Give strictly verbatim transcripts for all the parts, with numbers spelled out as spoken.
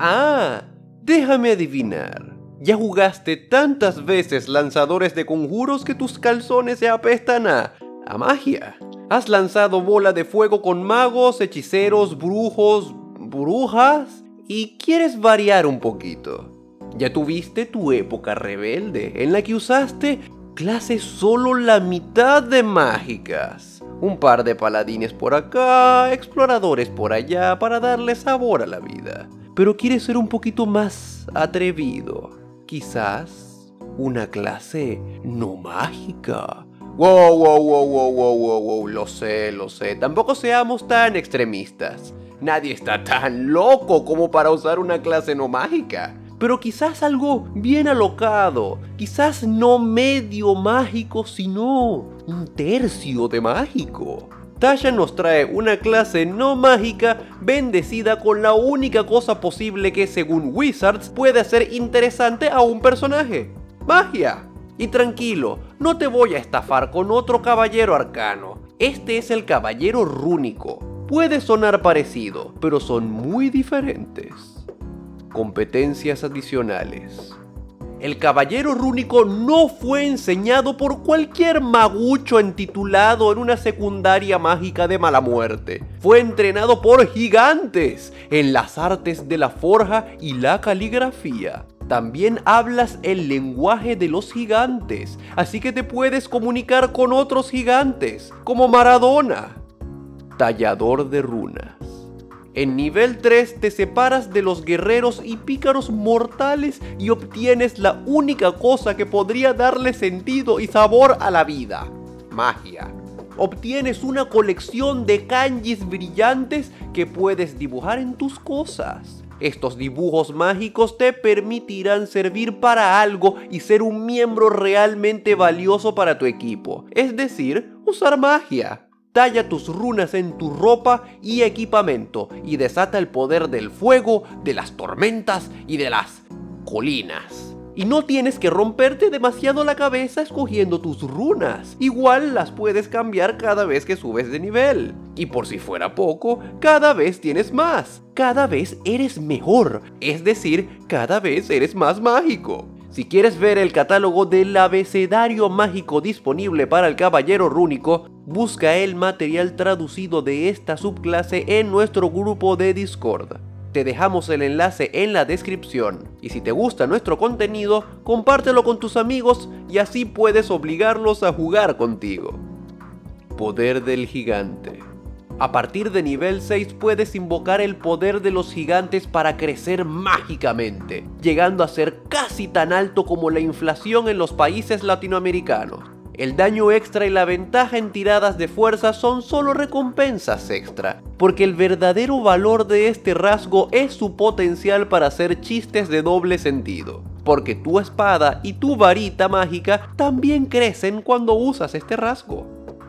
Ah, déjame adivinar. Ya jugaste tantas veces lanzadores de conjuros que tus calzones se apestan a, a magia. Has lanzado bola de fuego con magos, hechiceros, brujos, brujas y quieres variar un poquito. Ya tuviste tu época rebelde en la que usaste clases solo la mitad de mágicas. Un par de paladines por acá, exploradores por allá para darle sabor a la vida. Pero quieres ser un poquito más atrevido. Quizás una clase no mágica. Wow, wow, wow, wow, wow, wow, wow, lo sé, lo sé. Tampoco seamos tan extremistas. Nadie está tan loco como para usar una clase no mágica. Pero quizás algo bien alocado. Quizás no medio mágico, sino un tercio de mágico. Tasha nos trae una clase no mágica bendecida con la única cosa posible que, según Wizards, puede hacer interesante a un personaje: magia. Y tranquilo, no te voy a estafar con otro caballero arcano. Este es el caballero rúnico. Puede sonar parecido, pero son muy diferentes. Competencias adicionales. El caballero rúnico no fue enseñado por cualquier magucho entitulado en una secundaria mágica de mala muerte. Fue entrenado por gigantes en las artes de la forja y la caligrafía. También hablas el lenguaje de los gigantes, así que te puedes comunicar con otros gigantes, como Maradona. Tallador de runas. En nivel tres te separas de los guerreros y pícaros mortales y obtienes la única cosa que podría darle sentido y sabor a la vida: magia. Obtienes una colección de kanjis brillantes que puedes dibujar en tus cosas. Estos dibujos mágicos te permitirán servir para algo y ser un miembro realmente valioso para tu equipo, es decir, usar magia. Talla tus runas en tu ropa y equipamiento y desata el poder del fuego, de las tormentas y de las colinas. Y no tienes que romperte demasiado la cabeza escogiendo tus runas. Igual las puedes cambiar cada vez que subes de nivel. Y por si fuera poco, cada vez tienes más. Cada vez eres mejor, es decir, cada vez eres más mágico. Si quieres ver el catálogo del abecedario mágico disponible para el caballero rúnico, busca el material traducido de esta subclase en nuestro grupo de Discord. Te dejamos el enlace en la descripción. Y si te gusta nuestro contenido, compártelo con tus amigos y así puedes obligarlos a jugar contigo. Poder del gigante. A partir de nivel seis puedes invocar el poder de los gigantes para crecer mágicamente, llegando a ser casi tan alto como la inflación en los países latinoamericanos. El daño extra y la ventaja en tiradas de fuerza son solo recompensas extra, porque el verdadero valor de este rasgo es su potencial para hacer chistes de doble sentido, porque tu espada y tu varita mágica también crecen cuando usas este rasgo.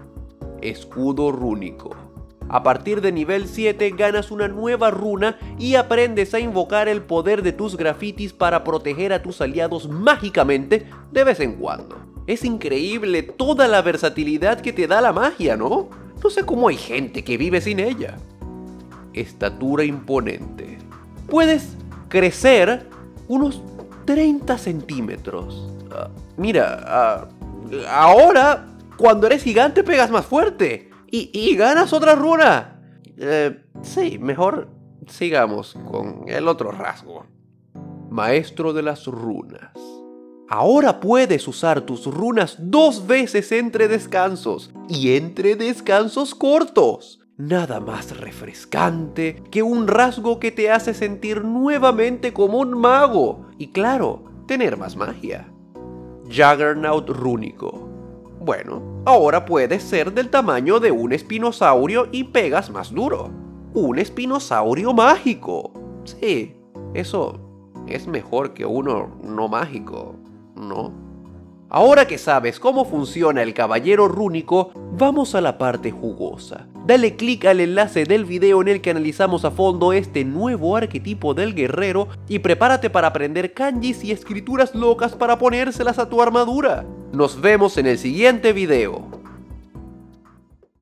Escudo rúnico. A partir de nivel siete ganas una nueva runa y aprendes a invocar el poder de tus grafitis para proteger a tus aliados mágicamente de vez en cuando. Es increíble toda la versatilidad que te da la magia, ¿no? No sé cómo hay gente que vive sin ella. Estatura imponente. Puedes crecer unos treinta centímetros. Uh, mira, uh, ahora cuando eres gigante pegas más fuerte. Y, y ganas otra runa. Eh, sí, mejor sigamos con el otro rasgo. Maestro de las runas. Ahora puedes usar tus runas dos veces entre descansos. Y entre descansos cortos. Nada más refrescante que un rasgo que te hace sentir nuevamente como un mago. Y claro, tener más magia. Juggernaut rúnico. Bueno, ahora puedes ser del tamaño de un espinosaurio y pegas más duro. Un espinosaurio mágico. Sí, eso es mejor que uno no mágico, ¿no? Ahora que sabes cómo funciona el caballero rúnico, vamos a la parte jugosa. Dale clic al enlace del video en el que analizamos a fondo este nuevo arquetipo del guerrero y prepárate para aprender kanjis y escrituras locas para ponérselas a tu armadura. Nos vemos en el siguiente video.